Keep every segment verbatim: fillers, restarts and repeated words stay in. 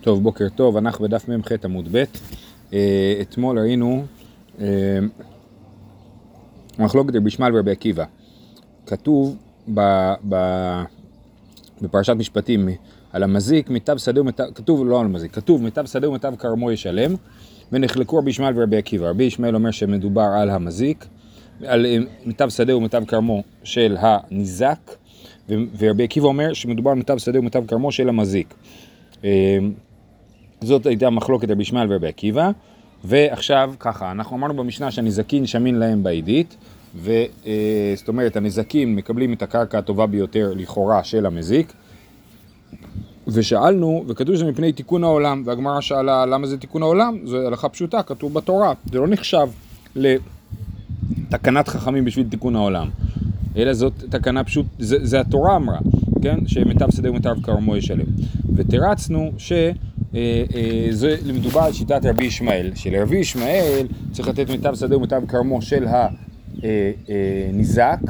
טוב, בוקר טוב, אנחנו בדף מ"ח עמוד ב'. אתמול ראינו מחלוקת רבי ישמעאל ורבי עקיבא. כתוב ב, ב, בפרשת משפטים על המזיק, מיטב שדה ומיטב, כתוב לא על המזיק, כתוב מיטב שדה ומיטב כרמו ישלם, ונחלקו רבי ישמעאל ורבי עקיבא. רבי ישמעאל אומר שמדובר על המזיק, על מיטב שדה ומיטב כרמו של הניזק, ורבי עקיבא אומר שמדובר על מיטב שדה ומיטב כרמו של המזיק. זאת הייתה מחלוקת רבי ישמעאל ורבי עקיבא. ועכשיו ככה, אנחנו אמרנו במשנה שהנזקין שמין להם בעידית, וזאת אומרת הנזקים מקבלים את הקרקע הטובה ביותר לכאורה של המזיק, ושאלנו, וכתוב שזה מפני תיקון העולם, והגמרא שאלה למה זה תיקון העולם, זו הלכה פשוטה, כתוב בתורה, זה לא נחשב לתקנת חכמים בשביל תיקון העולם, אלא זאת תקנה פשוט, זה, זה התורה אמרה, כן? שמיטב שדה ומיטב כרמו ישלם. ותרצנו ש... זה מדובר על שיטת רבי ישמעאל, שלרבי ישמעאל צריך לתת מיטב שדה ומיטב כרמו של הניזק,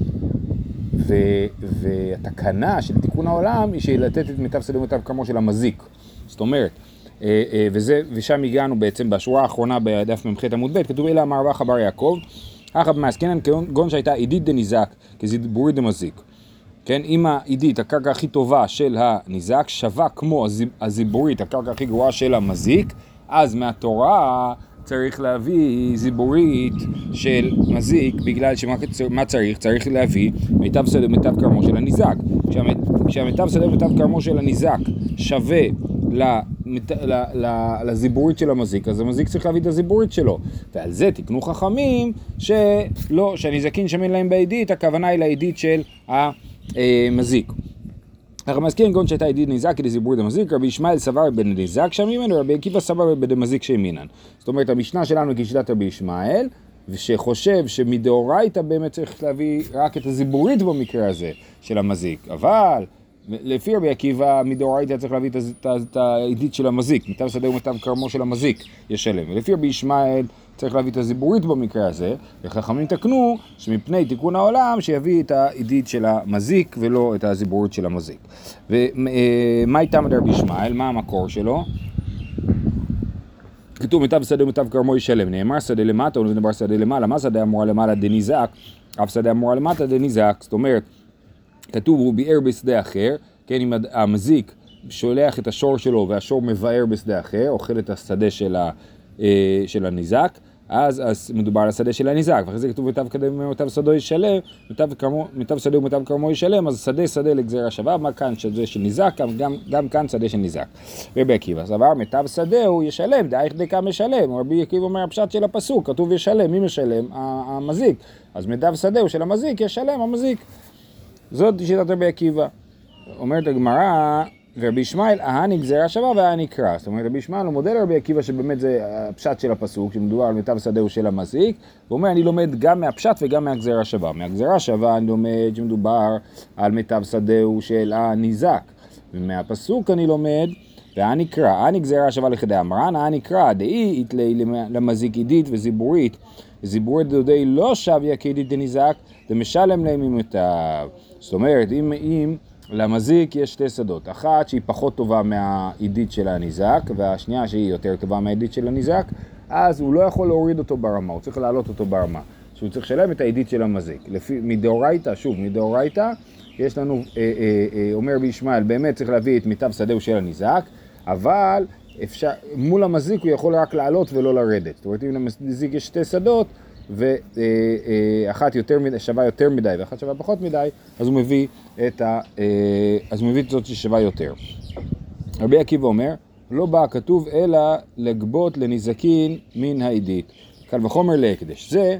והתקנה של תיקון העולם היא לתת את מיטב שדה ומיטב כרמו של המזיק. זאת אומרת, וזה, ושם הגענו בעצם בשורה האחרונה בדף מ"ח עמוד ב', כתוב אלא אמר רבא בר יעקב, אחא במעסקנן כגון שהייתה עידית דניזק כזיבורית דמזיק. כן, אם העידית, הקרקע הכי טובה של הניזק, שווה כמו הזיבורית, הקרקע הכי גרועה של המזיק, אז מהתורה צריך להביא זיבורית של מזיק, בגלל שמה צריך? צריך להביא מיטב שדה ומיטב כרמו של הניזק. כשהמיטב שדה ומיטב כרמו של הניזק שווה לזיבורית של המזיק, אז המזיק צריך להביא את הזיבורית שלו. ועל זה תקנו חכמים שלא, שהניזקין שמין להם בעידית, הכוונה היא לעידית של ה... מזיק. אנחנו מזכירים גון שהייתה עידית ניזק כדי זיבורית המזיק, רבי ישמעאל סבר בן ניזק שם ממנו, רבי עקיבא סבר בן מזיק שמינן. זאת אומרת, המשנה שלנו כשיטת רבי ישמעאל, ושחושב שמדאורייתא באמת צריך להביא רק את הזיבורית במקרה הזה של המזיק, אבל לפי רבי עקיבא מדאורייתא צריך להביא את העידית של המזיק, מיטב שדה ומיטב כרמו של המזיק ישלם, ולפי רבי ישמעאל צריך להביא את הזיבורית במקרה הזה, וחכמים תקנו שמפני תיקון העולם שיביא את העידית של המזיק ולא את הזיבורית של המזיק. ומה הייתה מדי רבי ישמעאל? מה המקור שלו? כתוב מיטב שדה ומיטב כרמו ישלם, נאמר שדה למטה ונאמר שדה למעלה, מה שדה אמורה למעלה דניזק, אף שדה אמורה למטה דניזק. זאת אומרת, כתוב הוא ביער בשדה אחר, כן, אם המזיק שולח את השור שלו והשור מבאר בשדה אחר, אוכל את השדה של, ה, של הניזק, אז, אז מדובר על השדה של הניזק, ואחרי זה כתוב מיטב מיטב שדה ישלם, מיטב שדה ומיטב כרמו ישלם, אז שדה שדה לגזירה שווה, מה כאן שדה של ניזק, גם, גם כאן שדה של ניזק. רבי עקיבא סבר מיטב שדה הוא ישלם, דאיך דקה משלם, רבי עקיבא אומר הפשט של הפסוק, כתוב ישלם, מי משלם? המזיק, אז מיטב שדה הוא של המזיק, ישלם המזיק. זאת שיטת רבי עקיבא. אומרת הגמרא, ורבי ישמעאל, ההני גזירה שווה וההני קרא. זאת אומרת, רבי ישמעאל הוא מודל רבי עקיבא שבאמת זה הפשט של הפסוק, שמדובר על מיטב שדה הוא של המזיק, והוא אומר, אני לומד גם מהפשט וגם מהגזירה שווה. מהגזירה שווה אני לומד שמדובר על מיטב שדה הוא של הניזק, ומהפסוק אני לומד, וההני קרא, ההני גזירה שווה לכדי אמרן, ההני קרא, דאי יתלי למזיק עידית וזיבורית, וזיבורית דודי לא שוויה כעידית דניזק, דמשלם להם ממיטב. זאת אומרת, אם, אם למזיק יש שתי שדות, אחת שהיא פחות טובה מהעידית של הניזק, והשנייה שהיא יותר טובה מהעידית של הניזק, אז הוא לא יכול להוריד אותו ברמה, הוא צריך להעלות אותו ברמה, שהוא צריך לשלם את העידית של המזיק. לפי, מדאורייתא, שוב, מדאורייתא, יש לנו, אה, אה, אה, אומר בישמעאל, באמת צריך להביא את מיטב שדהו של הניזק, אבל אפשר, מול המזיק הוא יכול רק לעלות ולא לרדת. זאת אומרת, אם למזיק יש שתי שדות, ואחת יותר מדי, שווה יותר מדי ואחת שווה פחות מדי, אז הוא מביא את ה, אז הוא מביא את זאת ששווה יותר. רבי עקיבא אומר, לא בא כתוב אלא לגבות לניזקין מן העידית, קל וחומר להקדש. זה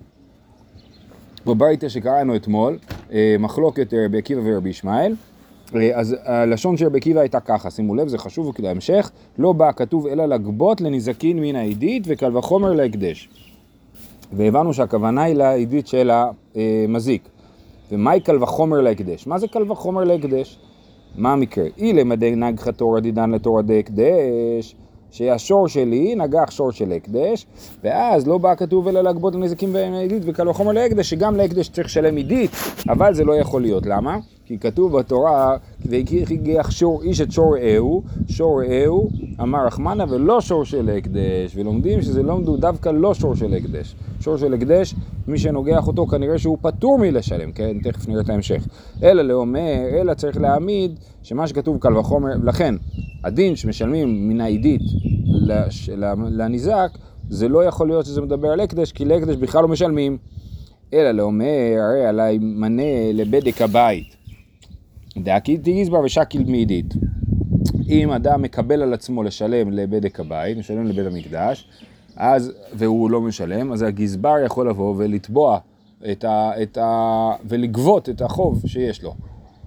בברייתא שקראנו אתמול, מחלוקת רבי עקיבא ורבי ישמעאל. אז הלשון של רבי עקיבא הייתה ככה, שימו לב, זה חשוב וכדי המשך, לא בא כתוב אלא לגבות לניזקין מן העידית וקל וחומר להקדש. והבנו שהכוונה היא לעידית של המזיק. ומהי קל וחומר להקדש? מה זה קל וחומר להקדש? מה המקרה? אי למדי נגחה תורא דידן לתורא דהקדש. שהשור שלי נגח שור של הקדש, ואז לא בא כתוב אלא להגבות לנזקים ועדית, וקל וחומר להקדש, שגם להקדש צריך לשלם עדית, אבל זה לא יכול להיות. למה? כי כתוב בתורה, והגיח שור איש את שור רעהו, שור רעהו אמר רחמנה ולא שור של הקדש, ולומדים שזה לומדו דווקא לא שור של הקדש. שור של הקדש, מי שנוגח אותו כנראה שהוא פטור מלשלם, כן? תכף נראה את ההמשך. אלא לאומר, אלא צריך להעמיד שמה שכתוב קל וחומר, לכן הדין שמשלמים מן העדית לניזק, זה לא יכול להיות שזה מדבר על הקדש, כי להקדש בכלל לא משלמים. אלא לאומר, הרי עליי מנה לבדק הבית. דאקי תגזבר ושקיל מעדית. אם אדם מקבל על עצמו לשלם לבדק הבית, משלם לבית המקדש, אז, והוא לא משלם, אז הגזבר יכול לבוא ולתבוע את ה, את ה, ולגבות את החוב שיש לו.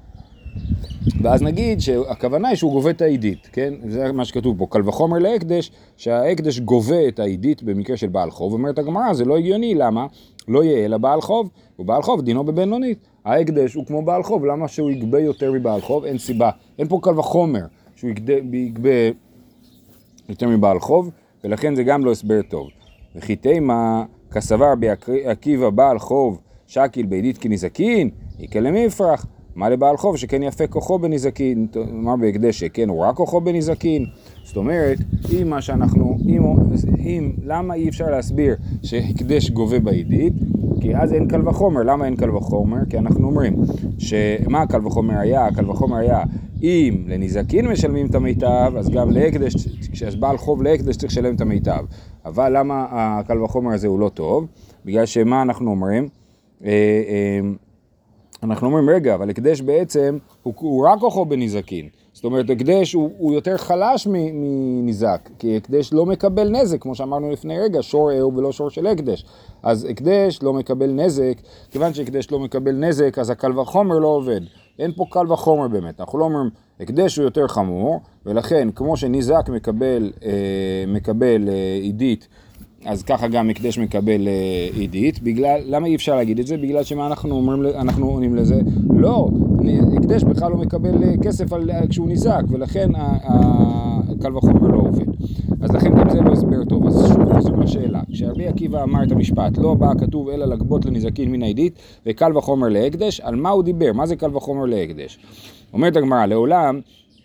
ואז נגיד שהכוונה היא שהוא גובה את העדית, כן? זה מה שכתוב פה, קל וחומר להקדש, שההקדש גובה את העדית במקרה של בעל חוב. אומרת הגמרא, זה לא הגיוני, למה? לא יהיה אלא בעל חוב, ובעל חוב דינו בבינונית. ההקדש הוא כמו בעל חוב, למה שהוא יגבה יותר מבעל חוב? אין סיבה. אין פה קל וחומר שהוא יגבה יותר מבעל חוב, ולכן זה גם לא הסבר טוב. וכי תימה, כסבר בעקיבא בעל חוב, שקיל בעדית כנזקין, יקל למפרח. מה לבעל חוב שכן יפה כוחו בנזקין, מה בהקדש שכן הוא רק כוחו בנזקין. זאת אומרת, אם מה שאנחנו, אם, אם, למה אי אפשר להסביר שהקדש גובה בעדית? כי אז אין קל וחומר. למה אין קל וחומר? כי אנחנו אומרים שמה הקל וחומר היה? הקל וחומר היה אם לנזקין משלמים את המיטב, אז גם להקדש, כשבעל חוב להקדש צריך לשלם את המיטב. אבל למה הקל וחומר הזה הוא לא טוב? בגלל שמה אנחנו אומרים? אה, אה, אנחנו אומרים, רגע, אבל הקדש בעצם הוא, הוא רק כוחו בנזקין. זאת אומרת, הקדש הוא, הוא יותר חלש מנזק, כי הקדש לא מקבל נזק, כמו שאמרנו לפני רגע, שור רעהו ולא שור של הקדש. אז הקדש לא מקבל נזק, כיוון שהקדש לא מקבל נזק, אז הקל וחומר לא עובד. אין פה קל וחומר באמת. אנחנו לא אומרים, הקדש הוא יותר חמור, ולכן, כמו שנזק מקבל, אה, מקבל אה, עדית, אז ככה גם הקדש מקבל עדית. בגלל, למה אי אפשר להגיד את זה? בגלל שמה אנחנו אומרים, אנחנו עונים לזה, לא, הקדש בכלל לא מקבל כסף על, כשהוא נזק, ולכן הקל וחומר לא עובד. אז לכן גם זה לא הסבר טוב. אז שוב חוזרים לשאלה, כשרבי עקיבא אמר את המשפט, לא בא כתוב אלא לגבות לנזקין מן העדית, וקל וחומר להקדש, על מה הוא דיבר? מה זה קל וחומר להקדש? אומרת הגמרא, לעולם,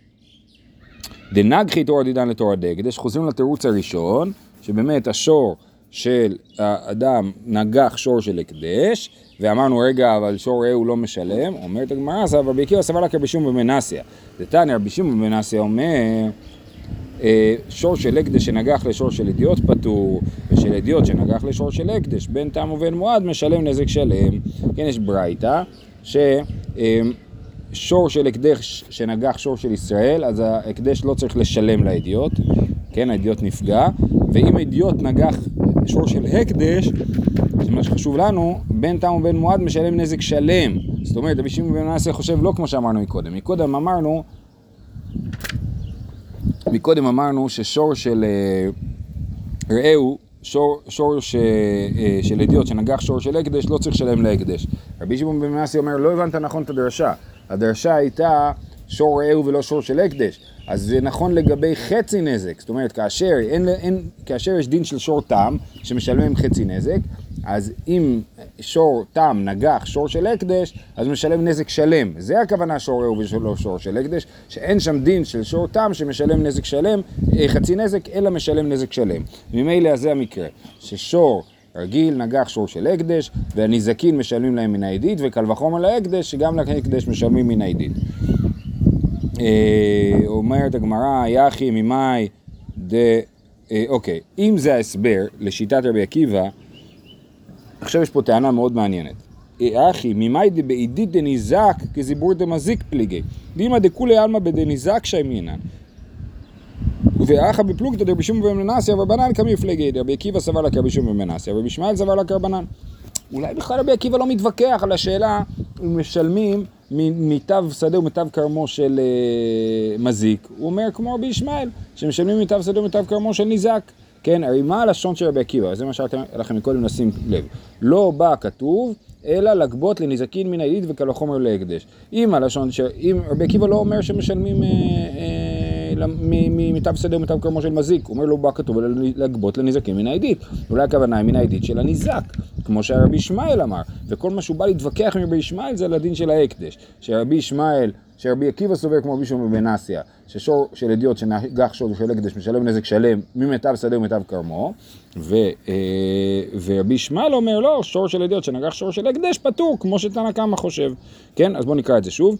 דנגחי תורה דידן לתורה דקדש, חוזרים לתירוץ הראשון, שבאמת השור של האדם נגח שור של הקדש, ואמרנו רגע, אבל שור רעהו לא משלם, אומרת הגמרא, אבל רבי עקיבא סבר לה כרבי שמעון בן מנסיה. דתניא רבי שמעון בן מנסיה אומר, שור של הקדש שנגח לשור של אדיוט פטור, ושל אדיוט שנגח לשור של הקדש, בין תם ובין מועד משלם נזק שלם. כן, יש ברייתא, ששור של הקדש שנגח שור של ישראל, אז ההקדש לא צריך לשלם לאדיוט, כן, האדיוט נפגע, ואם האדיוט נגח שור של הקדש, זה מה שחשוב לנו, בין תם ובין מועד משלם נזק שלם. זאת אומרת, רבי שמעון בן מנסיה חושב לא כמו שאמרנו מקודם. מקודם אמרנו, מקודם אמרנו ששור של רעהו, שור, שור ש, של אדיוט שנגח שור של הקדש, לא צריך לשלם להקדש. רבי שמעון בן מנסיה אומר, לא הבנת נכון את הדרשה. הדרשה הייתה שור רעהו ולא שור של הקדש. אז זה נכון לגבי חצי נזק, זאת אומרת, כאשר, אין, אין, כאשר יש דין של שור תם שמשלמים חצי נזק, אז אם שור תם נגח שור של הקדש, אז משלם נזק שלם. זה הכוונה שור רעהו ולא שור של הקדש, שאין שם דין של שור תם שמשלם נזק שלם, חצי נזק, אלא משלם נזק שלם. ממילא זה המקרה, ששור רגיל נגח שור של הקדש, והנזקין משלמים להם מן העדית, וקל וחומר להקדש, שגם להקדש משלמים מן העדית. אומרת הגמרא, יחי ממאי ד... אוקיי, אם זה ההסבר לשיטת רבי עקיבא, עכשיו יש פה טענה מאוד מעניינת. יחי ממאי דבעדית דניזק כזיבור דמזיק פליגי, דימה דכולי עלמא בדניזק שיימינן. ואחא בפלוגתא דרבי שמעון בן מנסיה ורבנן כמפלגי, רבי עקיבא סבר לה כרבי שמעון בן מנסיה ורבי ישמעאל סבר לה כרבנן. אולי בכלל רבי עקיבא לא מתווכח על השאלה אם משלמים מיטב שדה ומיטב כרמו של uh, מזיק. הוא אומר כמו רבי ישמעאל, שמשלמים מיטב שדה ומיטב כרמו של ניזק. כן, הרי מה הלשון של רבי עקיבא? זה מה שאתם לכם מקודם נשים לב. לא בא כתוב, אלא לגבות לניזקין מן העדית וקל וחומר להקדש. אם הלשון, ש... אם רבי עקיבא לא אומר שמשלמים uh, uh, ממיטב שדה ומיטב כרמו של מזיק. הוא אומר לו, בא כתוב לגבות לנזקים מן העדית. אולי הכוונה היא מן העדית של הנזק, כמו שהרבי ישמעאל אמר. וכל מה שהוא בא להתווכח עם רבי ישמעאל זה לדין של ההקדש. שרבי ישמעאל, שרבי עקיבא סובר כמו רבי שמעון בן אסיה, ששור של אדיוט שנגח שור של הקדש משלם נזק שלם ממיטב שדה ומיטב כרמו, ו, ורבי ישמעאל אומר לא, שור של אדיוט שנגח שור של הקדש פטור, כמו שתנא קמא חושב. כן, אז בואו נקרא את זה שוב.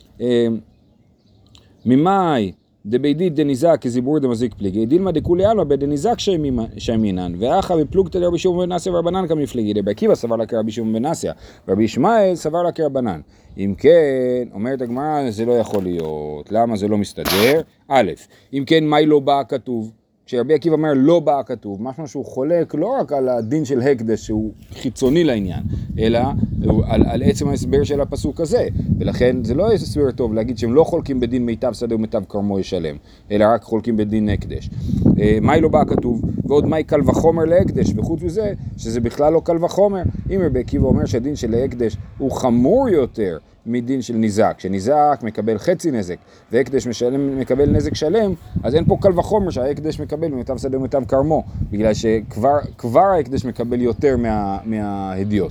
ממאי דביידית דניזק כזיבור דמזיק פליגי, דילמה דכולי עלמא בדניזק שמינן, ואחא בפלוגתא דרבי שמעון בן אסיה ורבנן כמפליגי, דרבי עקיבא סבר לה כרבי שמעון בן אסיה, ורבי ישמעאל סבר לה כרבנן. אם כן, אומרת הגמרא, זה לא יכול להיות. למה זה לא מסתדר? א', אם כן, מהי לא בא כתוב? כשרבי עקיבא אומר לא בא כתוב, משהו שהוא חולק לא רק על הדין של הקדש שהוא חיצוני לעניין, אלא על, על עצם ההסבר של הפסוק הזה, ולכן זה לא הסבר טוב להגיד שהם לא חולקים בדין מיטב שדה ומיטב כרמו ישלם, אלא רק חולקים בדין הקדש. מהי לא בא כתוב? ועוד מהי קל וחומר להקדש, וחוץ מזה שזה בכלל לא קל וחומר. אם רבי עקיבא אומר שהדין של ההקדש הוא חמור יותר מדין של ניזק, שניזק מקבל חצי נזק, והקדש משלם, מקבל נזק שלם, אז אין פה קל וחומר שההקדש מקבל ממיטב שדה ומיטב כרמו, בגלל שכבר כבר ההקדש מקבל יותר מה, מההדיוט.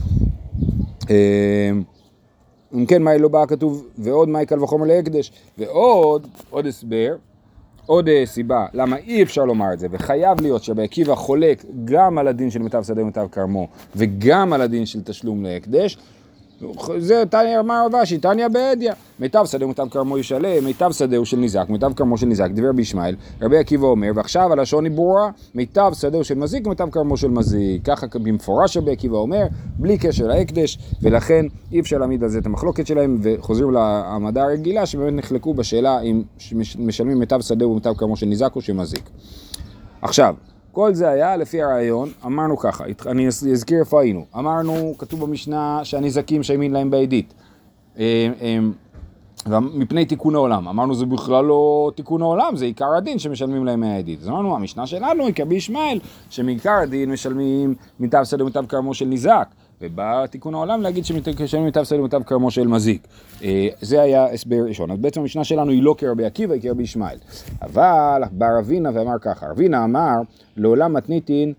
אם כן, מה לא בא כתוב, ועוד מה קל וחומר להקדש, ועוד, עוד הסבר, עוד סיבה, למה אי אפשר לומר את זה, וחייב להיות שרבי עקיבא חולק גם על הדין של מיטב שדה ומיטב כרמו, וגם על הדין של תשלום להקדש. זה תניא אמר רב אשי, תניא בהדיא, מיטב שדה ומיטב כרמו ישלם, מיטב שדה הוא של ניזק, מיטב כרמו של ניזק, דבר רבי ישמעאל, רבי עקיבא אומר, ועכשיו הלשון היא ברורה, מיטב שדה הוא של מזיק, מיטב כרמו של מזיק, ככה במפורש רבי עקיבא אומר, בלי קשר להקדש, ולכן אי אפשר להעמיד על זה את המחלוקת שלהם, וחוזרים לעמדה הרגילה, שבאמת נחלקו בשאלה אם משלמים מיטב שדה ומיטב כרמו של ניזק או של מזיק. עכשיו, כל זה היה לפי הרעיון, אמרנו ככה, אני אזכיר איפה היינו, אמרנו, כתוב במשנה שהנזקים שיימים להם בעדית, מפני תיקון העולם, אמרנו זה בכלל לא תיקון העולם, זה עיקר הדין שמשלמים להם מהעדית, אז אמרנו, המשנה שלנו היא כרבי ישמעאל, שמעיקר הדין משלמים מיטב שדה ומיטב כרמו של ניזק, ובא תיקון העולם להגיד שמשלמים מיטב שדה ומיטב כרמו של מזיק. זה היה הסבר ראשון. אז בעצם המשנה שלנו היא לא כרבי עקיבא, היא כרבי ישמעאל. אבל בא רבינה ואמר ככה, רבינה אמר, לעולם מתניתין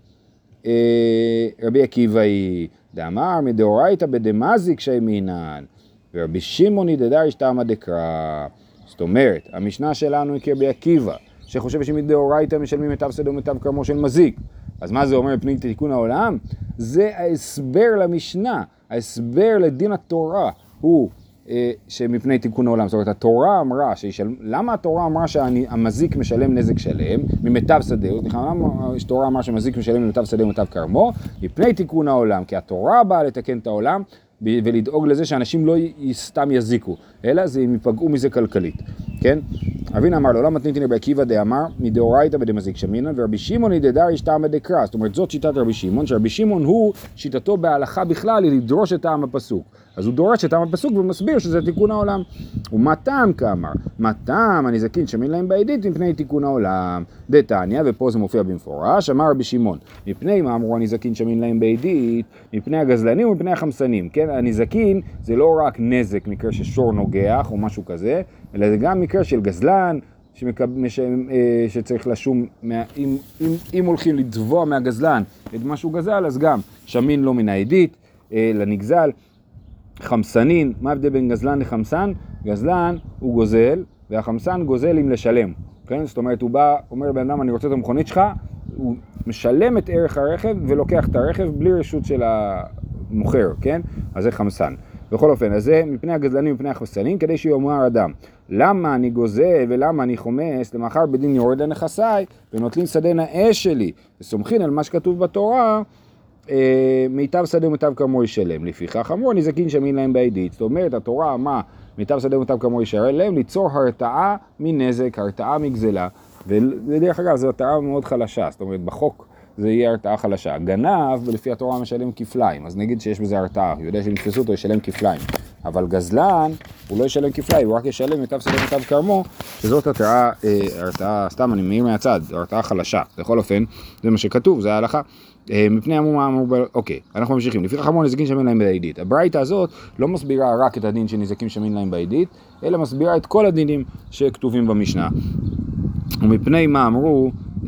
רבי עקיבא היא, דאמר מדאורייתא בדמזיק שיימינן, ורבי שמעון דדריש תמא דקרא. זאת אומרת, המשנה שלנו היא כרבי עקיבא, שחושב שמדאורייתא משלמים מיטב שדה ומיטב כרמו של מזיק. אז מה זה אומר פני תיקון העולם? זה ההסבר למשנה, ההסבר לדין התורה הוא אה, שמפני תיקון העולם. זאת אומרת, התורה אמרה, שישל... למה התורה אמרה שהמזיק משלם נזק שלם ממיטב שדה? למה התורה אמרה שמזיק משלם ממיטב שדה ומיטב כרמו? מפני תיקון העולם, כי התורה באה לתקן את העולם ולדאוג לזה שאנשים לא סתם יזיקו, אלא זה הם ייפגעו מזה כלכלית, כן? רבינה אמר, לעולם מתניתין רבי עקיבא דאמר, מדאורייתא בדמזיק שמינן, ורבי שמעון דדריש תמא דקרא. זאת אומרת, זאת שיטת רבי שמעון, שרבי שמעון הוא, שיטתו בהלכה בכלל, היא לדרוש את טעם הפסוק. אז הוא דורש את טעם הפסוק ומסביר שזה תיקון העולם. ומה טעם כאמר? מה טעם הנזקין שמין להם בעדית מפני תיקון העולם? דתניא, ופה זה מופיע במפורש, אמר רבי שמעון, מפני מה אמרו הנזקין שמין להם בעדית? מפני הגזלנים ומפני החמסנים, כן? הנזקין זה לא רק נזק, מקרה ששור נוגח או משהו כזה, אלא זה גם מקרה של גזלן, שמקב... ש... שצריך לשום, מה... אם, אם, אם הולכים לתבוע מהגזלן את מה שהוא גזל, אז גם שמין לו מן העדית, לנגזל. חמסנין, מה הבדל בין גזלן לחמסן? גזלן הוא גוזל, והחמסן גוזל אם לשלם. כן? זאת אומרת, הוא בא, אומר לבן אדם, אני רוצה את המכונית שלך, הוא משלם את ערך הרכב ולוקח את הרכב בלי רשות של המוכר, כן? אז זה חמסן. בכל אופן, אז זה מפני הגזלנים ומפני החמסנים, כדי שיאמר אדם, למה אני גוזל ולמה אני חומס, למחר בדין יורד לנכסיי, ונוטלים שדה נאה שלי, וסומכין על מה שכתוב בתורה, מיטב שדה ומיטב כרמו ישלם. לפיכך אמרו הנזקין שמין להם בעדית. זאת אומרת, התורה אמרה מיטב שדה ומיטב כרמו ישלם, ליצור הרתעה מנזק, הרתעה מגזלה. ודרך אגב, זו הרתעה מאוד חלשה. זאת אומרת, בחוק זה יהיה הרתעה חלשה. גנב, ולפי התורה משלם כפליים. אז נגיד שיש בזה הרתעה. הוא יודע שנתפסו אותו ישלם כפליים. אבל גזלן, הוא לא ישלם כפליים, הוא רק ישלם מיטב שדה מיטב כרמו, שזאת התראה, הרתעה, סתם אני מעיר מהצד, הרתעה חלשה. בכל אופן, זה מה שכתוב, זה ההלכה. מפני אמור מה אמור, אוקיי, אנחנו ממשיכים. לפי חכמון נזיקין שמין להם בעדית. הברייתא הזאת לא מסבירה רק את הדין שנזיקים שמין להם בעדית, אלא מסבירה את כל הדינים שכתובים במשנה. ומפני מה אמרו,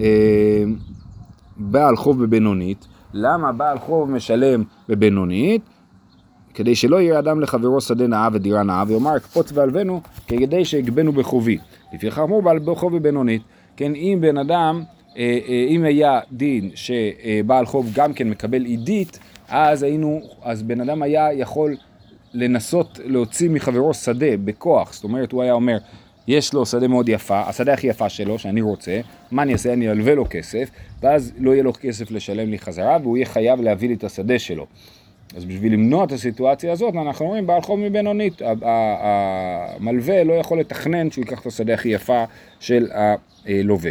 בעל חוב בבינונית, למה בעל חוב משלם בבינונית? כדי שלא יהיה אדם לחברו שדה נאה ודירה נאה, ויאמר אקפוץ והלוונו, כדי שהגבנו בחובי. לפי חמור בעל חוב בבינונית, כן, אם בן אדם, אם היה דין שבעל חוב גם כן מקבל עידית, אז היינו, אז בן אדם היה יכול לנסות להוציא מחברו שדה בכוח, זאת אומרת הוא היה אומר, יש לו שדה מאוד יפה, השדה הכי יפה שלו שאני רוצה, מה אני אעשה? אני אלווה לו כסף, ואז לא יהיה לו כסף לשלם לי חזרה, והוא יהיה חייב להביא לי את השדה שלו. אז בשביל למנוע את הסיטואציה הזאת, אנחנו אומרים, בעל חוב מבינונית, המלווה לא יכול לתכנן שהוא ייקח את השדה הכי יפה של הלווה.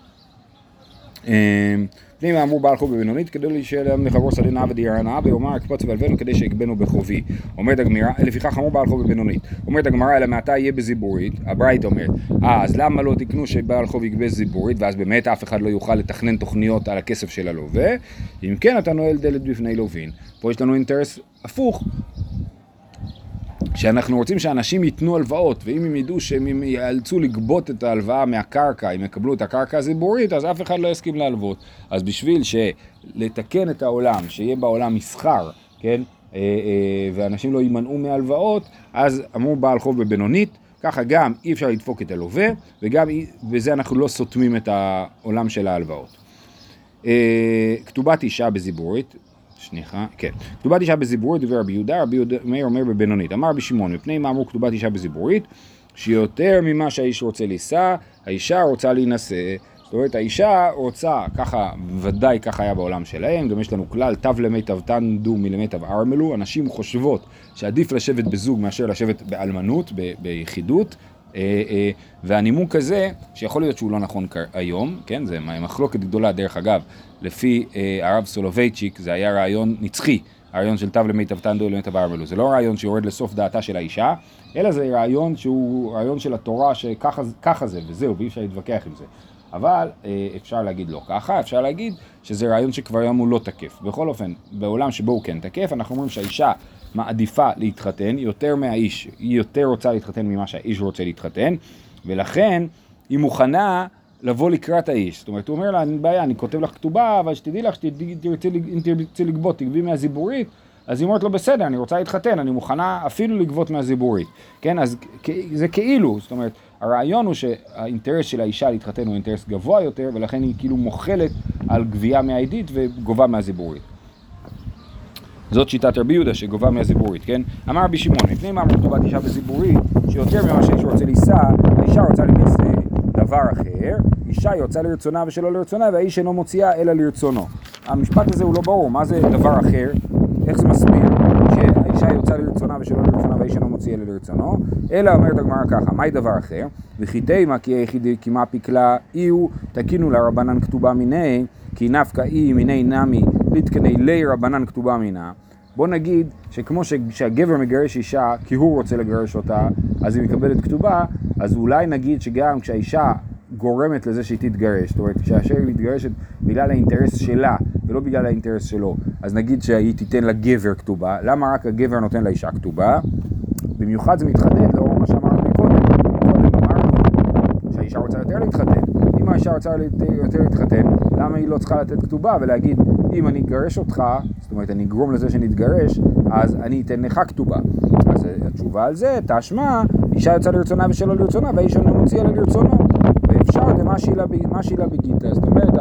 פנים אמרו בעל חוב בבינונית, כדי לשלם לחברו שדה נאה ודירה נאה, ויאמר אקפוץ והלוונו כדי שהגבנו בחובי. אומרת הגמרא, לפיכך אמרו בעל חוב בבינונית. אומרת הגמרא, אלא מעתה יהיה בזיבורית, הברייתא אומרת, אה, אז למה לא תקנו שבעל חוב יגבה זיבורית, ואז באמת אף אחד לא יוכל לתכנן תוכניות על הכסף של הלווה, אם כן אתה נועל דלת בפני לווין. פה יש לנו אינטרס הפוך, שאנחנו רוצים שאנשים ייתנו הלוואות, ואם הם ידעו שהם יאלצו לגבות את ההלוואה מהקרקע, אם יקבלו את הקרקע הזיבורית, אז אף אחד לא יסכים להלוות. אז בשביל לתקן את העולם, שיהיה בעולם מסחר, כן, ואנשים לא יימנעו מהלוואות, אז אמרו בעל חוב בבינונית, ככה גם אי אפשר לדפוק את הלווה, וגם בזה אנחנו לא סותמים את העולם של ההלוואות. כתובת אישה בזיבורית, שניחה, כן. כתובת אישה בזיבורית דבר רבי יהודה, רבי מאיר אומר בבינונית. אמר רבי שמעון, מפני מה אמרו כתובת אישה בזיבורית? שיותר ממה שהאיש רוצה לישא, האישה רוצה להינשא. זאת אומרת, האישה רוצה, ככה, ודאי ככה היה בעולם שלהם, גם יש לנו כלל, תו למיטב תנדו מלמיטב ארמלו, אנשים חושבות שעדיף לשבת בזוג מאשר לשבת באלמנות, ב- ביחידות, והנימוק הזה, שיכול להיות שהוא לא נכון היום, כן, זה מחלוקת גדולה דרך אגב, לפי הרב סולובייצ'יק, זה היה רעיון נצחי, הרעיון של תו למיטב תנדו למיטב ארמלו, זה לא רעיון שיורד לסוף דעתה של האישה, אלא זה רעיון שהוא רעיון של התורה שככה זה וזהו, ואי אפשר להתווכח עם זה. אבל אפשר להגיד לא ככה, אפשר להגיד שזה רעיון שכבר היום הוא לא תקף. בכל אופן, בעולם שבו הוא כן תקף, אנחנו אומרים שהאישה מעדיפה להתחתן יותר מהאיש, היא יותר רוצה להתחתן ממה שהאיש רוצה להתחתן, ולכן היא מוכנה לבוא לקראת האיש. זאת אומרת, הוא אומר לה, אין בעיה, אני כותב לך כתובה, אבל שתדעי לך, אם תרצי לגבות, תגבי מהזיבורית, אז היא אומרת לו, בסדר, אני רוצה להתחתן, אני מוכנה אפילו לגבות מהזיבורית. כן, אז זה כאילו, זאת אומרת, הרעיון הוא שהאינטרס של האישה להתחתן הוא אינטרס גבוה יותר, ולכן היא כאילו מוכלת על גבייה מהעדית וגובה מהזיבורית. זאת שיטת רבי יהודה שגובה מהזיבורית, כן? אמר רבי שמעון, לפני מה אמרו כתובת אישה בזיבורית, שיותר ממה שאיש רוצה לישא, האישה רוצה להינשא דבר אחר, אישה יוצאה לרצונה ושלא לרצונה, והאיש אינו מוציאה אלא לרצונו. המשפט הזה הוא לא ברור, מה זה דבר אחר? איך זה מסביר? שהאישה יוצאה לרצונה ושלא לרצונה, והאיש אינו מוציא אלא לרצונו, אלא אומרת הגמרא ככה, מהי דבר אחר? וכי תימה כי היחידי כי מה פיקלה איהו, תקינו לרבנן כתובה מיני, כי נפקא אי מיני נמי, לתקני לי רבנן כתובה מינה. בוא נגיד שכמו שהגבר מגרש אישה כי הוא רוצה לגרש אותה, אז היא מקבלת כתובה, אז אולי נגיד שגם כשהאישה גורמת לזה שהיא תתגרש, זאת אומרת, כשהאישה מתגרשת בגלל האינטרס שלה ולא בגלל האינטרס שלו, אז נגיד שהיא תיתן לגבר כתובה. למה רק הגבר נותן לאישה כתובה? במיוחד זה מתחדד לאור מה שאמרנו מקודם. קודם אמרנו שהאישה רוצה יותר להתחתן. אם האישה רוצה יותר להתחתן, למה היא לא צריכה לתת כתובה ולהגיד, אם אני אגרש אותך, זאת אומרת, אני אגרום לזה שנתגרש, אז אני אתן לך כתובה. אז התשובה על זה, תשמע, אישה יוצאה לרצונה ושלא לרצונה, והאיש אינו מוציא אלא לרצונו. ואפשר למה שהיא לה בגיטה. זאת אומרת,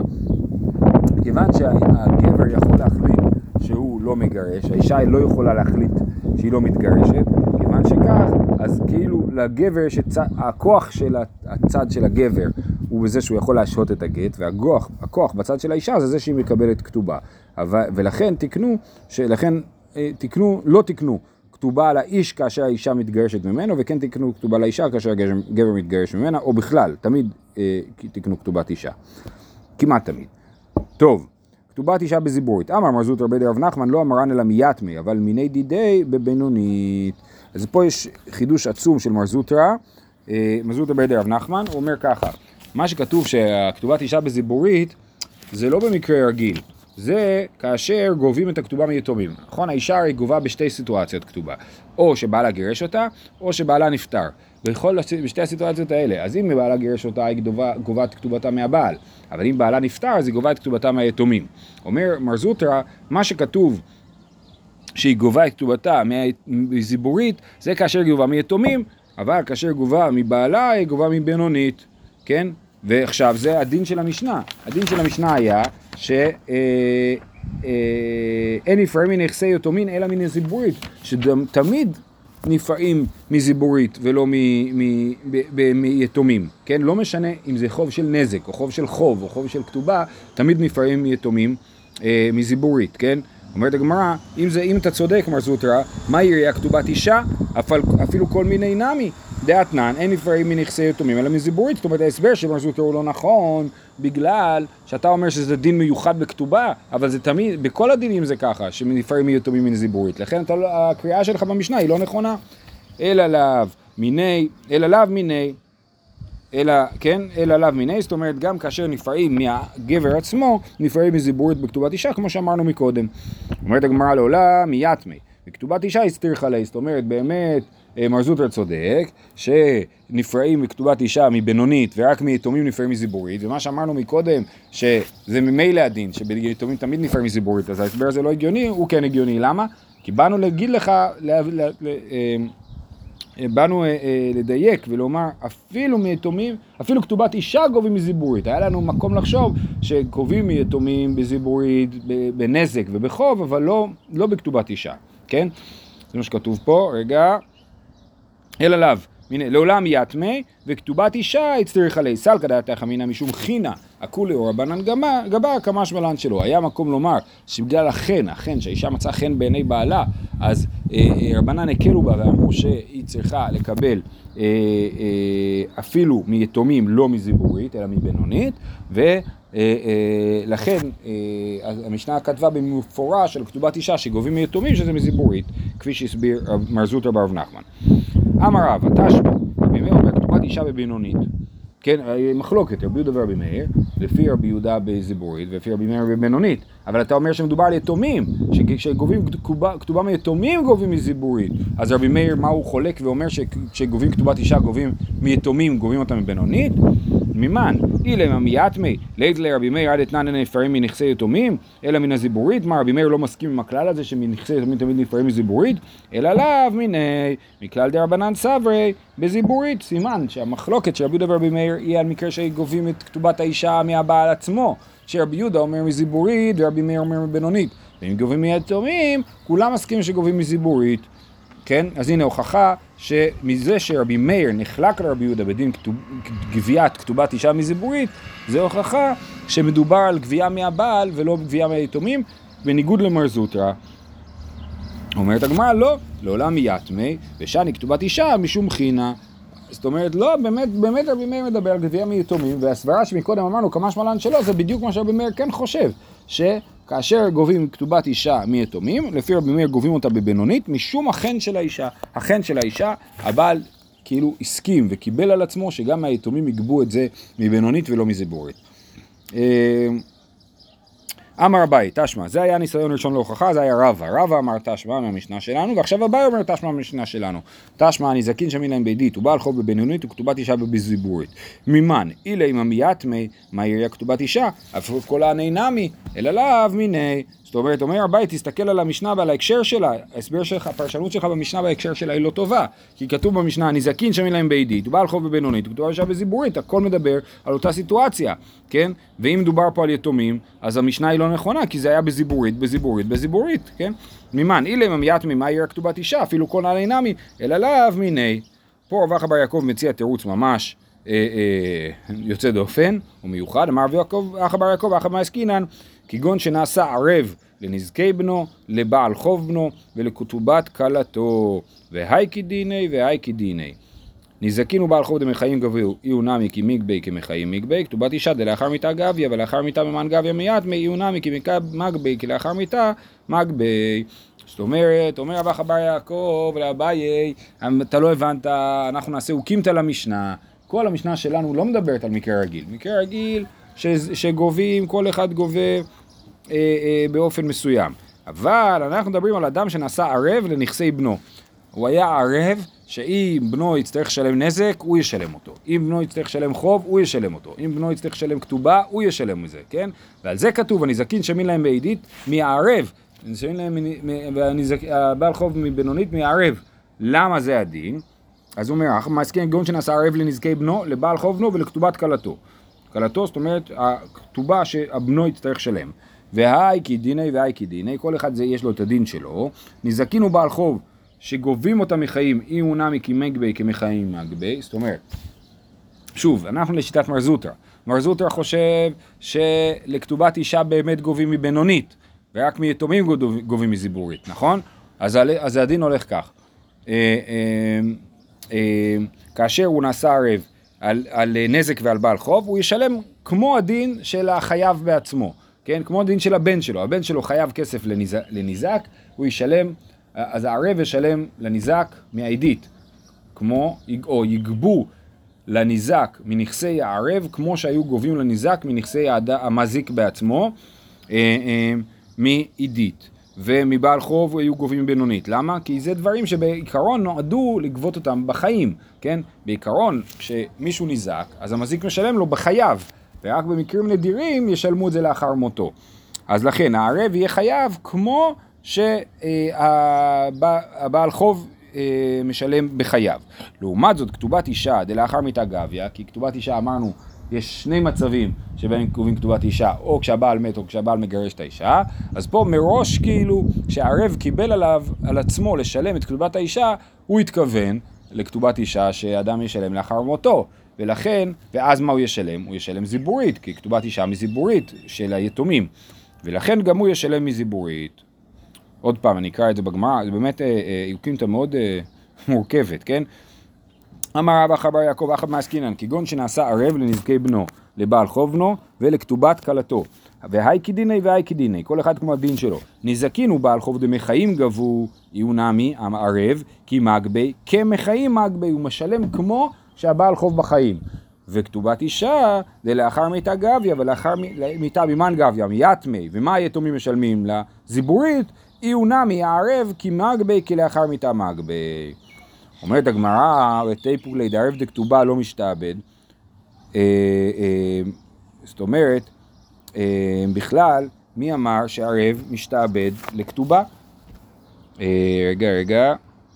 מכיוון שהגבר יכול להחליט שהוא לא מגרש, האישה לא יכולה להחליט שהיא לא מתגרשת, כיוון שכך, אז כאילו לגבר יש הכוח של הצד של הגבר הוא בזה שהוא יכול להשהות את הגט, והכוח הכוח בצד של האישה זה זה שהיא מקבלת כתובה. ולכן תקנו, שלכן תקנו, לא תקנו כתובה על האיש כאשר האישה מתגרשת ממנו, וכן תקנו כתובה על האישה כאשר הגבר מתגרש ממנה, או בכלל, תמיד תקנו כתובת אישה. כמעט תמיד. טוב, כתובת אישה בזיבורית. אמר מר זוטרא בידי רב נחמן לא אמרן אלא מיתמי, אבל מיני דידי בבינונית. אז פה יש חידוש עצום של מר זוטרא, מר זוטרא בידי רב נחמן, הוא אומר ככה, מה שכתוב שכתובת אישה בזיבורית, זה לא במקרה רגיל, זה כאשר גובים את הכתובה מיתומים. נכון, האישה הרי גובה בשתי סיטואציות כתובה, או שבעלה גירש אותה, או שבעלה נפטר. בכל, בשתי הסיטואציות האלה, אז אם בעלה גירש אותה, היא גובה, גובה את כתובתה מהבעל, אבל אם בעלה נפטר, אז היא גובה את כתובתה מהיתומים. אומר מר זוטרא, מה שכתוב שהיא גובה את כתובתה מזיבורית, זה כאשר גובה מיתומים, אבל כאשר גובה מבעלה, היא גובה מבינונית, כן? ועכשיו זה הדין של המשנה. הדין של המשנה היה שאין נפרעים מנכסי יתומין אלא מן הזיבורית, שתמיד נפרעים מזיבורית ולא מיתומים, כן? לא משנה אם זה חוב של נזק או חוב של חוב או חוב של כתובה, תמיד נפרעים מיתומים מזיבורית, כן? אומרת הגמרא, אם זה, אם אתה צודק מר זוטרא, מה יראה כתובת אישה? אפילו כל מיני נמי. דעתנן, אין נפרעים מנכסי יתומים, אלא מזיבורית. זאת אומרת, ההסבר של מר זוטרא הוא לא נכון, בגלל שאתה אומר שזה דין מיוחד בכתובה, אבל זה תמיד, בכל הדינים זה ככה, שנפרעים מיתומים מזיבורית. לכן אתה, הקריאה שלך במשנה היא לא נכונה. אלא לאו מיני, אלא לאו מיני, אלא, כן, אלא לאו מיני, זאת אומרת, גם כאשר נפרעים מהגבר עצמו, נפרעים מזיבורית בכתובת אישה, כמו שאמרנו מקודם. אומרת הגמרא לעולה, מיתמי. בכתובת אישה הסתיר חלי, זאת אומרת, באמת, מר זוטרא צודק, שנפרעים בכתובת אישה מבינונית, ורק מיתומים נפרעים מזיבורית, ומה שאמרנו מקודם, שזה ממילא הדין, שביתומים תמיד נפרעים מזיבורית, אז ההסבר הזה לא הגיוני, הוא כן הגיוני. למה? כי באנו להגיד לך, לה, לה, לה, באנו לדייק ולומר, אפילו מיתומים, אפילו כתובת אישה גובים מזיבורית. היה לנו מקום לחשוב שגובים מיתומים בזיבורית, בנזק ובחוב, אבל לא, לא בכתובת אישה, כן? זה מה שכתוב פה, רגע. אלא לאו, לעולם יתמי, וכתובת אישה הצטריך עלי סלקא דעתך אמינא משום חינה, הכולי או רבנן גבה כמשמע לן שלו. היה מקום לומר שבגלל החן, החן, שהאישה מצאה חן בעיני בעלה, אז אה, רבנן הקלו בה ואמרו שהיא צריכה לקבל אה, אה, אפילו מיתומים לא מזיבורית, אלא מבינונית, ולכן אה, אה, המשנה כתבה במפורש על כתובת אישה שגובים מיתומים שזה מזיבורית, כפי שהסביר מר זוטרא ברב נחמן. אמר רב, התשמע, רבי מאיר אומר כתובת אישה בבינונית, כן, מחלוקת, רבי יהודה ורבי מאיר, לפי רבי יהודה בזיבורית ולפי רבי מאיר בבינונית, אבל אתה אומר שמדובר על יתומים, שגובים כתובה, כתובה מיתומים גובים מזיבורית, אז רבי מאיר מה הוא חולק ואומר שגובים כתובת אישה גובים מיתומים, גובים אותה מבינונית? מימן, אילם מיתמי, לית לרבי מאיר עד אתנן נפרעים מנכסי יתומים, אלא מן הזיבורית. מה, רבי מאיר לא מסכים עם הכלל הזה שמנכסי יתומים תמיד נפרעים מזיבורית? אלא לאו מיני, מכלל דרבנן סברי, בזיבורית. סימן שהמחלוקת של רבי יהודה ורבי מאיר היא על מקרה שגובים את כתובת האישה מהבעל עצמו, שרבי יהודה אומר מזיבורית ורבי מאיר אומר מבינונית. ואם גובים מיתומים, כולם מסכימים שגובים מזיבורית. כן? אז הנה הוכחה שמזה שרבי מאיר נחלק לרבי יהודה בדין כתוב, גביית כתובת אישה מזיבורית, זה הוכחה שמדובר על גבייה מהבעל ולא גבייה מהיתומים, בניגוד למר זוטרא. אומרת הגמרא, לא, לעולם יתמי, ושני כתובת אישה משום חינה. זאת אומרת, לא, באמת, באמת רבי מאיר מדבר על גבייה מיתומים, והסברה שמקודם אמרנו כמה שמלן שלו, זה בדיוק מה שרבי מאיר כן חושב, שכאשר גובים כתובת אישה מיתומים, לפי רבי מאיר גובים אותה בבינונית, משום החן של האישה. החן של האישה, הבעל כאילו הסכים וקיבל על עצמו, שגם היתומים יגבו את זה מבינונית ולא מזיבורית. אמר אביי, תשמע, זה היה ניסיון ראשון להוכחה, זה היה רבא. רבא אמר תשמע מהמשנה שלנו, ועכשיו אביי אומר תשמע מהמשנה שלנו. תשמע, הנזקין שמין להם בידית, הוא בעל חוב בבינונית וכתובת אישה בזיבורית. מימן, אילה עם המיתמי, מה יראה כתובת אישה? אף כל העני נמי, אלא לאו מיני. זאת אומרת, אומר אביי, תסתכל על המשנה ועל ההקשר שלה, ההסבר שלך, הפרשנות שלך במשנה בהקשר שלה היא לא טובה, כי כתוב במשנה, הנזקין שמין להם בידית, הוא בעל חוב בבינונית וכתובת אישה בזיבורית, הכל מדבר על אותה סיטואציה, כן? ואם מדובר פה על יתומים, אז המשנה היא לא נכונה, כי זה היה בזיבורית, בזיבורית, בזיבורית, כן? מימן, אילה עם המיתמי, מה יראה כתובת אישה? אפילו כל העני נמי, אלא לאו מיני. פה רב אחא בר יעקב מציע תירוץ ממש אה, אה, יוצא דופן ומיוחד. אמר רב אחא בר יעקב, אחא מעסקינן, כגון שנעשה ערב לנזקי בנו, לבעל חוב בנו ולכתובת כלתו, והי כדיני והי כדיני. נזקין ובעל חוב דמחיים גבוה, איהו נמי כי מגבי כמחיים מגבי, כתובת אישה דלאחר מיתה גביה, ולאחר מיתה ממן גביה מיתמי, איהו נמי כי מגבי, כי לאחר מיתה מגבי. זאת אומרת, אומר אבא חבר יעקב לאביי, אתה לא הבנת, אנחנו נעשה הוקימתא למשנה, כל המשנה שלנו לא מדברת על מקרה רגיל, מקרה רגיל ש, שגובים, כל אחד גובה אה, אה, באופן מסוים, אבל אנחנו מדברים על אדם שנעשה ערב לנכסי בנו, הוא היה ערב שאם בנו יצטרך לשלם נזק, הוא ישלם אותו, אם בנו יצטרך לשלם חוב, הוא ישלם אותו, אם בנו יצטרך לשלם כתובה, הוא ישלם מזה, כן? ועל זה כתוב, הנזקין שמין להם בעידית מהערב, נשארים להם, והבעל חוב מבינונית מהערב. למה זה הדין? אז הוא אומר, מעסקין גאון שנעשה ערב לנזקי בנו, לבעל חוב בנו ולכתובת קלתו. קלתו, זאת אומרת, הכתובה שהבנו יצטרך שלם. והי כי דיני והי כי דיני, כל אחד זה יש לו את הדין שלו. נזקין הוא בעל חוב שגובים אותם מחיים, אי הוא נמי כמגבי כמחיים מגבי, זאת אומרת, שוב, אנחנו לשיטת מר זוטרא. מר זוטרא חושב שלכתובת אישה באמת גובים מבינונית. ורק מיתומים גובים מזיבורית, נכון? אז, אז הדין הולך כך. אה, אה, אה, כאשר הוא נעשה ערב על, על נזק ועל בעל חוב, הוא ישלם כמו הדין של החייב בעצמו, כן? כמו הדין של הבן שלו. הבן שלו חייב כסף לנזק, לנזק הוא ישלם, אז הערב ישלם לנזק מהעידית, כמו, או יגבו לנזק מנכסי הערב, כמו שהיו גובים לנזק מנכסי המזיק בעצמו, אה, אה, מעידית, ומבעל חוב היו גובים בינונית. למה? כי זה דברים שבעיקרון נועדו לגבות אותם בחיים, כן? בעיקרון, כשמישהו נזק, אז המזיק משלם לו בחייו, ורק במקרים נדירים ישלמו את זה לאחר מותו. אז לכן, הערב יהיה חייב כמו שהבעל חוב משלם בחייו. לעומת זאת, כתובת אישה, דלאחר מיתה גביה, כי כתובת אישה אמרנו, יש שני מצבים שבהם קובעים כתובת אישה, או כשהבעל מת או כשהבעל מגרש את האישה, אז פה מראש כאילו, כשהערב קיבל עליו, על עצמו לשלם את כתובת האישה, הוא התכוון לכתובת אישה שאדם ישלם לאחר מותו, ולכן, ואז מה הוא ישלם? הוא ישלם זיבורית, כי כתובת אישה מזיבורית של היתומים, ולכן גם הוא ישלם מזיבורית. עוד פעם, אני אקרא את זה בגמרא, זה באמת הוקימתא מאוד אה, מורכבת, כן? אמר אבא חבר יעקב אחת מעסקינן, כגון שנעשה ערב לנזקי בנו, לבעל חוב בנו ולכתובת קלתו. והי כדיני והי כדיני, כל אחד כמו הדין שלו. נזקין הוא בעל חוב דמחיים גבו, יהיו נמי, ערב, כי מגבי, כמחיים מגבי, הוא משלם כמו שהבעל חוב בחיים. וכתובת אישה, זה לאחר מיתה גביה, ולאחר מיתה ממן גביה, מיתמי, ומה היתומים משלמים לה? זיבורית, יהיו נמי, ערב, כי מגבי, כי לאחר מיתה מגבי. אומרת הגמרא, ותהי פוגלי דערב דכתובה לא משתעבד, אה, אה, זאת אומרת, אה, בכלל, מי אמר שערב משתעבד לכתובה? אה, רגע, רגע,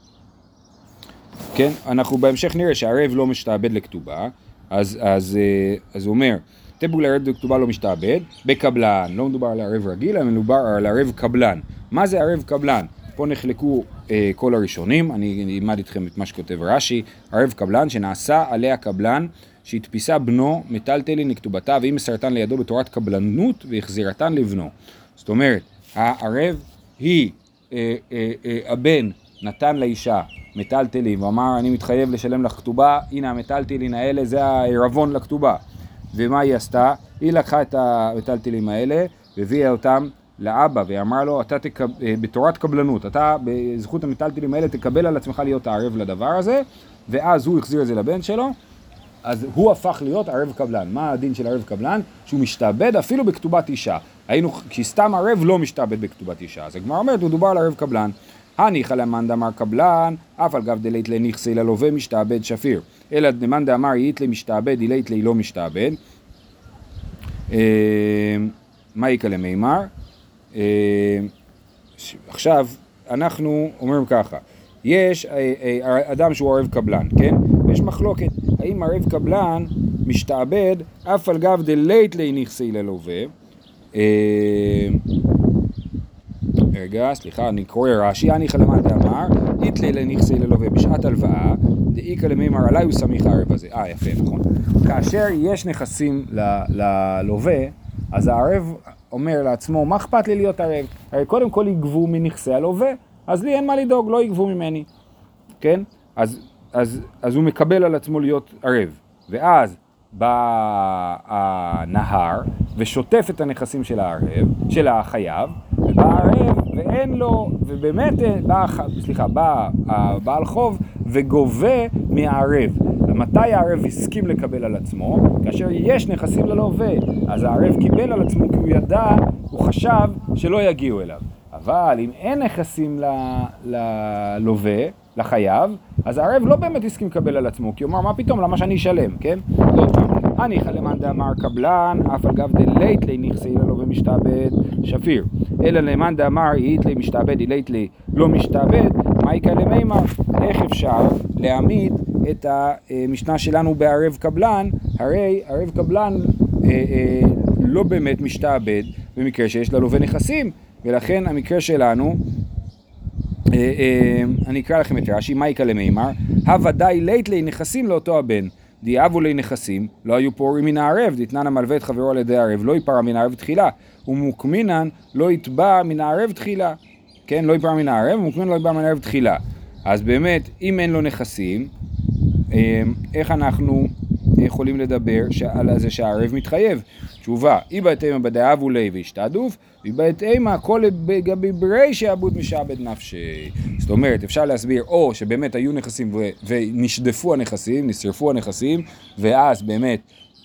כן, אנחנו בהמשך נראה שערב לא משתעבד לכתובה, אז, אז, אה, אז הוא אומר, תהי פוגלי דערב דכתובה לא משתעבד, בקבלן, לא מדובר על ערב רגיל, אלא מדובר על ערב קבלן. מה זה ערב קבלן? פה נחלקו אה, כל הראשונים, אני אלמד איתכם את מה שכותב רש"י, ערב קבלן שנעשה עליה קבלן שהתפיסה בנו מטלטלין לכתובתה והיא מסרתן לידו בתורת קבלנות והחזירתן לבנו. זאת אומרת, הערב היא, אה, אה, אה, הבן נתן לאישה מטלטלין ואמר אני מתחייב לשלם לך כתובה, הנה המטלטלין האלה זה הערבון לכתובה. ומה היא עשתה? היא לקחה את המטלטלים האלה והביאה אותם לאבא ואמר לו, אתה תקב... בתורת קבלנות, אתה בזכות המטלטלים האלה תקבל על עצמך להיות הערב לדבר הזה, ואז הוא החזיר את זה לבן שלו, אז הוא הפך להיות ערב קבלן. מה הדין של ערב קבלן? שהוא משתעבד אפילו בכתובת אישה. היינו, כי סתם ערב לא משתעבד בכתובת אישה. אז הגמרא אומרת, הוא דובר על ערב קבלן. הניחא למאן דאמר קבלן, אף על גב דלית לנכסי ללווה משתעבד שפיר. אלא למאן דאמר אית למשתעבד, אילית לי לא משתעבד. מה יקא למימר? עכשיו, אנחנו אומרים ככה, יש אדם שהוא ערב קבלן, כן? ויש מחלוקת, האם ערב קבלן משתעבד אף על גב דלית לי נכסי ללווה? רגע, סליחה, אני קורא רש"י, הניחא למאן דאמר, אית לי לנכסי ללווה בשעת הלוואה, דאיקא למימר עלי הוא סמיך הערב הזה. אה, יפה, נכון. כאשר יש נכסים ללווה, אז הערב אומר לעצמו, מה אכפת לי להיות ערב? הרי קודם כל יגבו מנכסי הלווה, אז לי אין מה לדאוג, לא יגבו ממני. כן? אז, אז, אז הוא מקבל על עצמו להיות ערב, ואז בא הנהר ושוטף את הנכסים של הערב, של החייב, ובא הערב ואין לו, ובאמת בא, סליחה, בא הבעל חוב וגובה מהערב. ומתי הערב הסכים לקבל על עצמו? כאשר יש נכסים ללווה, אז הערב קיבל על עצמו כי הוא ידע, הוא חשב שלא יגיעו אליו. אבל אם אין נכסים ללווה, לחייב, אז הערב לא באמת הסכים לקבל על עצמו, כי הוא אומר, מה פתאום, למה שאני אשלם, כן? לא פעם. אני חלמן דאמר קבלן, אף על גב דלית לי נכסי ללווה משתעבד שפיר. אלא למאן דאמר אית לי משתעבד, אית לי לא משתעבד, מה יקרה למימר? איך אפשר להעמיד את המשנה שלנו בערב קבלן? הרי ערב קבלן אה, אה, לא באמת משתעבד במקרה שיש ללווה נכסים, ולכן המקרה שלנו, אה, אה, אני אקרא לכם את רש"י, מה יקרה למימר? הוודאי לית לי נכסים לאותו הבן. דיאבו לי נכסים, לא היו פורים מן הערב, דתנן המלווה את חברו על ידי הערב, לא ייפרע מן הערב תחילה, ומוקמינן לא יתבע מן הערב תחילה, כן, לא ייפרע מן הערב, ומוקמינן לא יתבע מן הערב תחילה. אז באמת, אם אין לו נכסים, איך אנחנו יכולים לדבר על זה שהערב מתחייב? תשובה, אי בהתאמה בדאבו לי והשתעדוף, ואי בהתאמה כל גבי ברי שעבוד משעבד נפשי. זאת אומרת, אפשר להסביר או שבאמת היו נכסים ו- ונשדפו הנכסים, נשרפו הנכסים, ואז באמת,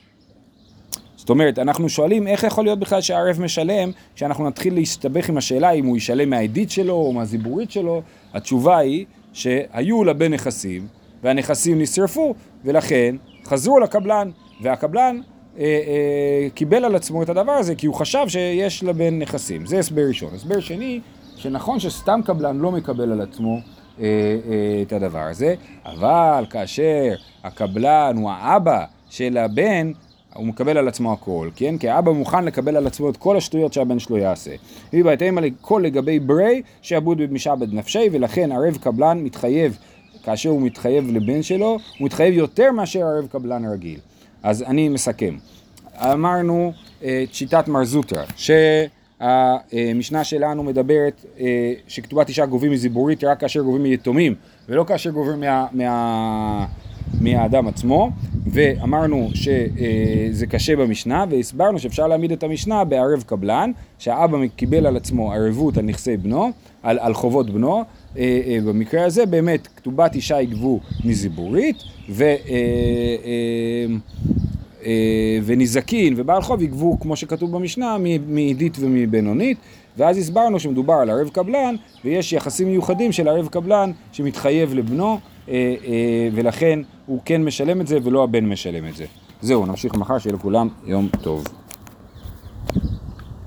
זאת אומרת, אנחנו שואלים איך יכול להיות בכלל שהערב משלם, כשאנחנו נתחיל להסתבך עם השאלה אם הוא ישלם מהעדית שלו או מהזיבורית שלו. התשובה היא שהיו לבן נכסים, והנכסים נשרפו, ולכן חזרו לקבלן, והקבלן אה, אה, קיבל על עצמו את הדבר הזה, כי הוא חשב שיש לבן נכסים. זה הסבר ראשון. הסבר שני, שנכון שסתם קבלן לא מקבל על עצמו אה, אה, את הדבר הזה, אבל כאשר הקבלן הוא האבא של הבן, הוא מקבל על עצמו הכל, כן? כי האבא מוכן לקבל על עצמו את כל השטויות שהבן שלו יעשה. ובהתאם כל לגבי ברי שעבוד משעבד נפשי, ולכן ערב קבלן מתחייב, כאשר הוא מתחייב לבן שלו, הוא מתחייב יותר מאשר ערב קבלן רגיל. אז אני מסכם. אמרנו את שיטת מר זוטרא, שהמשנה שלנו מדברת שכתובת אישה גובים מזיבורית רק כאשר גובים מיתומים, ולא כאשר גובים מה, מה, מהאדם עצמו, ואמרנו שזה קשה במשנה, והסברנו שאפשר להעמיד את המשנה בערב קבלן, שהאבא קיבל על עצמו ערבות על נכסי בנו, על, על חובות בנו. במקרה הזה באמת כתובת אישה יגבו מזיבורית, ו... ונזקין ובעל חוב יגבו כמו שכתוב במשנה מעדית ומבינונית. ואז הסברנו שמדובר על ערב קבלן, ויש יחסים מיוחדים של ערב קבלן שמתחייב לבנו, ולכן הוא כן משלם את זה ולא הבן משלם את זה. זהו, נמשיך מחר, שיהיה לכולם יום טוב.